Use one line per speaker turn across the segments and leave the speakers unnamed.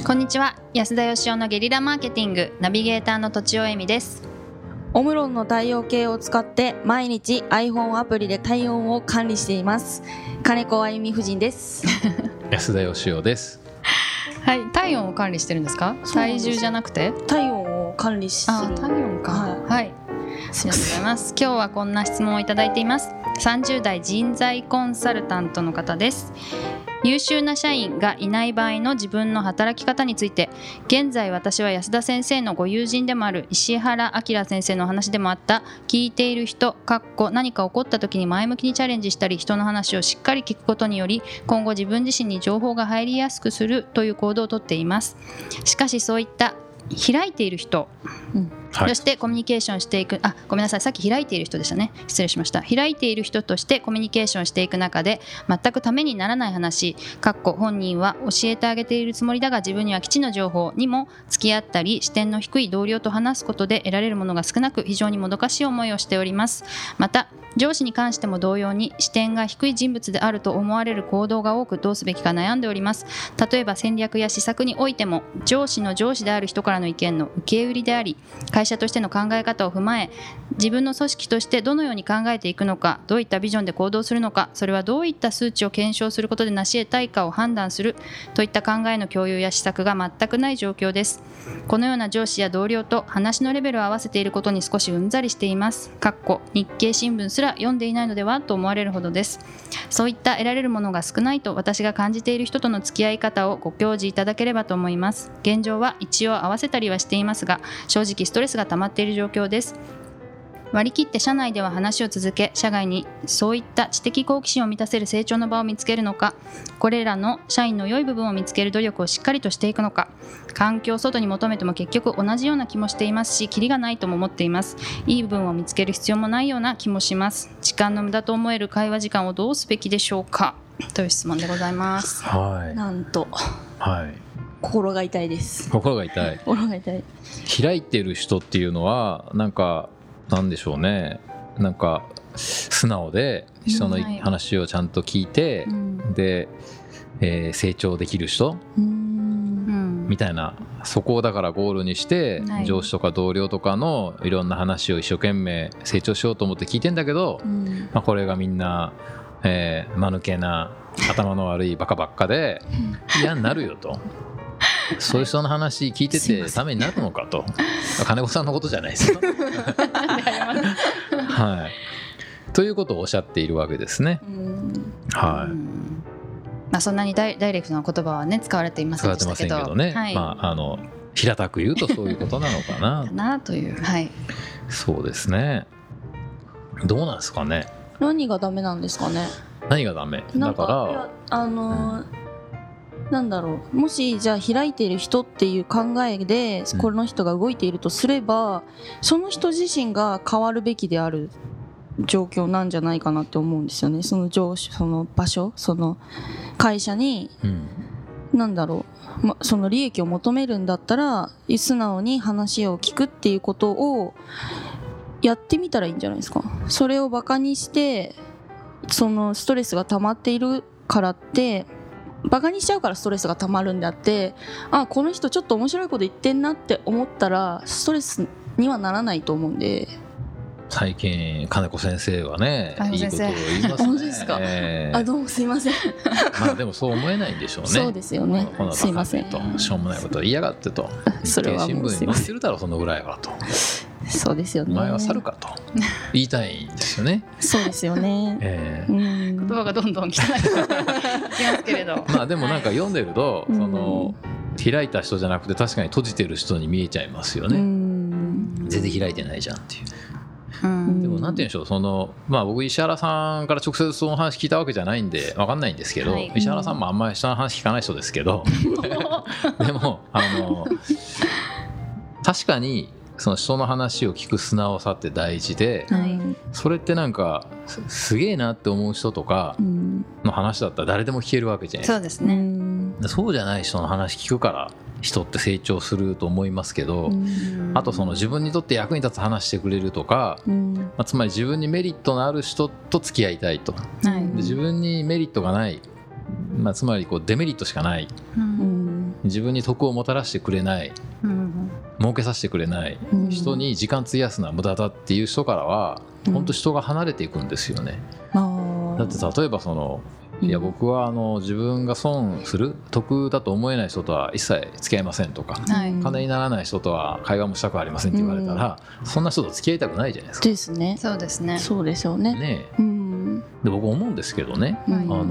こんにちは。安田義雄のゲリラマーケティングナビゲーターのとちおえみです。
オムロンの太陽計を使って毎日 iPhone アプリで体温を管理しています。金子あゆみ夫人です
安田義雄です。
はい、体温を管理してるんですか？体重じゃなくて
体温を管理する。
体温か。はい、ありがとうございます。今日はこんな質問をいただいています。30代人材コンサルタントの方です。優秀な社員がいない場合の自分の働き方について、現在私は安田先生のご友人でもある石原明先生の話でもあった聞いている人何か起こった時に前向きにチャレンジしたり人の話をしっかり聞くことにより今後自分自身に情報が入りやすくするという行動をとっています。しかしそういった開いている人、そしてコミュニケーションしていくごめんなさい、さっき開いている人でしたね。失礼しました。開いている人としてコミュニケーションしていく中で全くためにならない話本人は教えてあげているつもりだが自分には基地の情報にも付き合ったり視点の低い同僚と話すことで得られるものが少なく非常にもどかしい思いをしております。また上司に関しても同様に視点が低い人物であると思われる行動が多くどうすべきか悩んでおります。例えば戦略や施策においても上司の上司である人からの意見の受け売りであり会社としての考え方を踏まえ自分の組織としてどのように考えていくのか、どういったビジョンで行動するのか、それはどういった数値を検証することで成し得たいかを判断するといった考えの共有や施策が全くない状況です。このような上司や同僚と話のレベルを合わせていることに少しうんざりしています。日経新聞すら読んでいないのではと思われるほどです。そういった得られるものが少ないと私が感じている人との付き合い方をご教示いただければと思います。現状は一応合わせたりはしていますが正直ストレスが溜まっている状況です。割り切って社内では話を続け社外にそういった知的好奇心を満たせる成長の場を見つけるのか、これらの社員の良い部分を見つける努力をしっかりとしていくのか、環境を外に求めても結局同じような気もしていますしキリがないとも思っています。いい部分を見つける必要もないような気もします。時間の無駄と思える会話時間をどうすべきでしょうか、という質問でございます。
なんと、心が痛いです。
心が痛い開いてる人っていうのはなんでしょうね、素直で人の話をちゃんと聞いて、で、成長できる人みたいな、そこをだからゴールにして、上司とか同僚とかのいろんな話を一生懸命成長しようと思って聞いてんだけど、これがみんな、間抜けな頭の悪いバカばっかで嫌になるよとそういう人の話聞いててためになるのかと金子さんのことじゃないですよということをおっしゃっているわけですね。
そんなにダイレクトな言葉はね使われていませんでしたけどね、
平たく言うとそういうことなのかな
という、
そうですね。どうなんですかね。
何がダメなんですかね。
何がダメだから
なんだろう、もしじゃあ開いている人っていう考えでこの人が動いているとすれば、その人自身が変わるべきである状況なんじゃないかなって思うんですよね。その上司、その場所、その会社に、なんだろう、その利益を求めるんだったら素直に話を聞くっていうことをやってみたらいいんじゃないですか。それをバカにしてそのストレスが溜まっているからってバカにしちゃうからストレスが溜まるんであって、この人ちょっと面白いこと言ってんなって思ったらストレスにはならないと思うんで。
最近金子先生はねいいことを言いますね。
本当ですか。どうもすいません
でもそう思えないんでしょうね。
そうですよね。すいません
としょうもないことを言いやがってと
それは
日経新聞に載ってるだろそのぐらいはと。
そうですよね。
お前は猿かと言いたいんですよね。
そうですよね、
言葉がどんどん汚くなってきますけれど
でも読んでると、その開いた人じゃなくて確かに閉じてる人に見えちゃいますよね。全然開いてないじゃんっていう。でもなんて言うんでしょう、僕石原さんから直接その話聞いたわけじゃないんで分かんないんですけど、石原さんもあんまり人の話聞かない人ですけどでも確かにその人の話を聞く素直さって大事で、それってすげえなって思う人とかの話だったら誰でも聞けるわけじゃないですか。
そうですね。
そうじゃない人の話聞くから人って成長すると思いますけど、あとその自分にとって役に立つ話してくれるとか、つまり自分にメリットのある人と付き合いたいと、で自分にメリットがない、つまりデメリットしかない自分に得をもたらしてくれない、儲けさせてくれない人に時間費やすのは無駄だっていう人からは本当人が離れていくんですよね。だって例えばいや僕は自分が損する得だと思えない人とは一切付き合いませんとか、金にならない人とは会話もしたくありませんって言われたら、そんな人と付き合いたくないじゃないですか。
ですね。
そうですね。
そうでしょうね。
で僕思うんですけどね、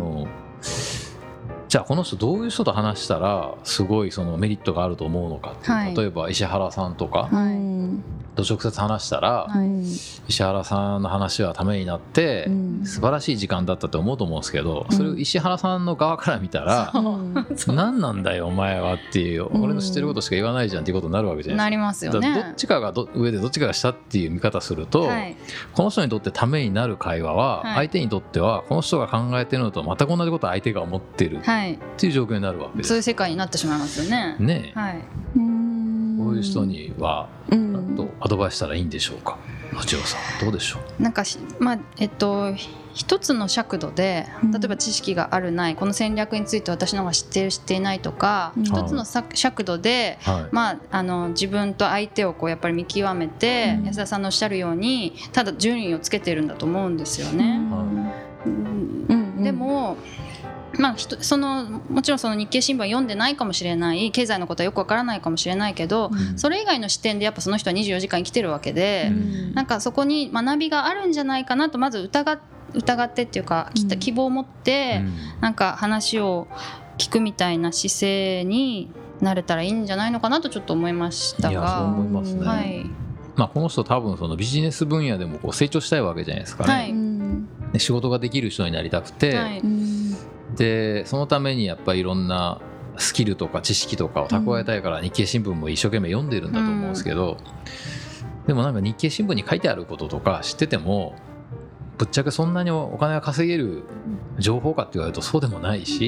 じゃあこの人どういう人と話したらすごいメリットがあると思うのかっていう、例えば石原さんとかと直接話したら、石原さんの話はためになって素晴らしい時間だったと思うと思うんですけど、それを石原さんの側から見たら何なんだよお前はっていう、俺の知ってることしか言わないじゃんっていうことになるわけじゃないですか。
なりますよね。
どっちかが上でどっちかが下っていう見方すると、この人にとってためになる会話は相手にとってはこの人が考えてるのと全く同じことを相手が思ってるっていう状況になるわけです。
そういう世界になってしまいますよね。
こういう人にはどうアドバイスしたらいいんでしょうか。八郎さんどうでしょう。
なんか一つの尺度で例えば知識があるない、この戦略について私の方が知っている知っていないとか、一つの尺度で、自分と相手をやっぱり見極めて、安田さんのおっしゃるようにただ順位をつけてるんだと思うんですよね。でももちろん日経新聞は読んでないかもしれない、経済のことはよくわからないかもしれないけど、それ以外の視点でやっぱその人は24時間生きてるわけで、なんかそこに学びがあるんじゃないかなとまず疑ってっていうか、希望を持ってなんか話を聞くみたいな姿勢になれたらいいんじゃないのかなとちょっと思いましたが。
いやそう思いますね。この人多分ビジネス分野でも成長したいわけじゃないですかね。仕事ができる人になりたくて、でそのためにやっぱりいろんなスキルとか知識とかを蓄えたいから日経新聞も一生懸命読んでるんだと思うんですけど、でもなんか日経新聞に書いてあることとか知っててもぶっちゃけそんなにお金が稼げる情報かって言われるとそうでもないし、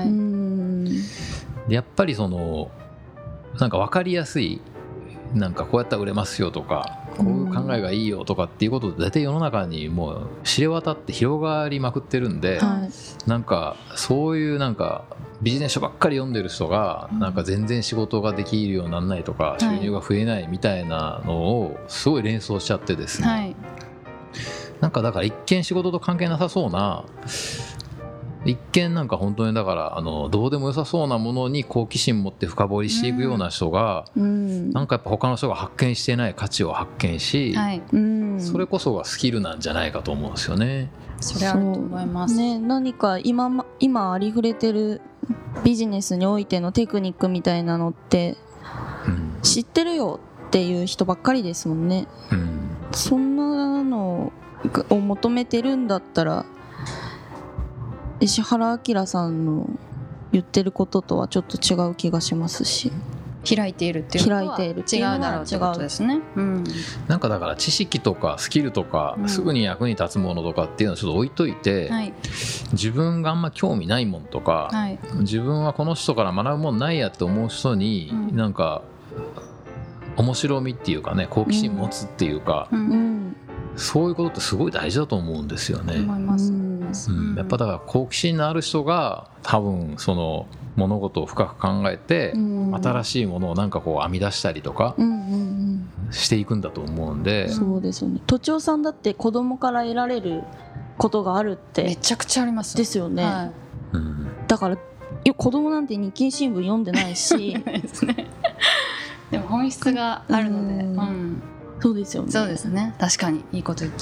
でやっぱりなんか分かりやすい、なんかこうやったら売れますよとかこういう考えがいいよとかっていうことで大体世の中にもう知れ渡って広がりまくってるんで、なんかそういうなんかビジネス書ばっかり読んでる人がなんか全然仕事ができるようにならないとか収入が増えないみたいなのをすごい連想しちゃってですね、なんかだから一見仕事と関係なさそうな、一見なんか本当にだからどうでもよさそうなものに好奇心持って深掘りしていくような人が、なんかやっぱ他の人が発見してない価値を発見し、それこそがスキルなんじゃないかと思うんですよね。
それあると思います、
何か今ありふれてるビジネスにおいてのテクニックみたいなのって知ってるよっていう人ばっかりですもんね。そんなのを求めてるんだったら石原明さんの言ってることとはちょっと違う気がしますし、
開いているっていうのは違うだろうってことですね。
なんかだから知識とかスキルとかすぐに役に立つものとかっていうのをちょっと置いといて、自分があんま興味ないもんとか、自分はこの人から学ぶもんないやって思う人になんか面白みっていうかね、好奇心持つっていうか、そういうことってすごい大事だと思うんですよね。
思います。
やっぱだから好奇心のある人が多分物事を深く考えて、新しいものをなんか編み出したりとかしていくんだと思うんで。
そうですよね。都庁さんだって子供から得られることがあるって
めちゃくちゃあります
ですよね。だから子供なんて日経新聞読んでないし
でも本質があるので、
そうですよね。
そうですね。確かにいいこと言った。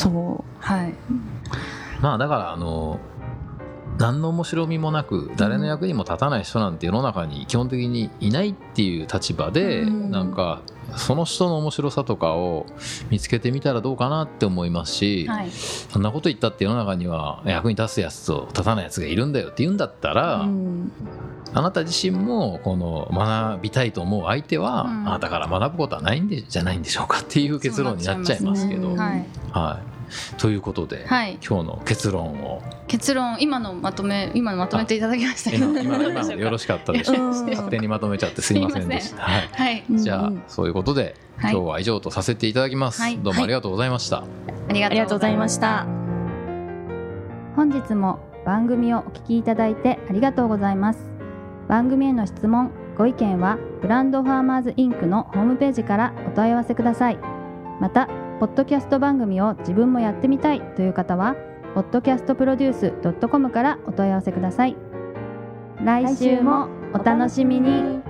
だから何の面白みもなく誰の役にも立たない人なんて世の中に基本的にいないっていう立場で、なんかその人の面白さとかを見つけてみたらどうかなって思いますし、そんなこと言ったって世の中には役に立つやつと立たないやつがいるんだよって言うんだったら、あなた自身もこの学びたいと思う相手は、あなたから学ぶことはないんじゃないんでしょうかっていう結論になっちゃいますけど、ということで、今日の結論
今のまとめていただきましたけど、
今よろしかったでしょうか。勝手にまとめちゃってすいませんでした。じゃあそういうことで今日は以上とさせていただきます。どうもありがとうございました。
ありがとうございました。
本日も番組をお聞きいただいてありがとうございます。番組への質問ご意見はブランドファーマーズインクのホームページからお問い合わせください。またポッドキャスト番組を自分もやってみたいという方はpodcastproduce.com からお問い合わせください。来週もお楽しみに。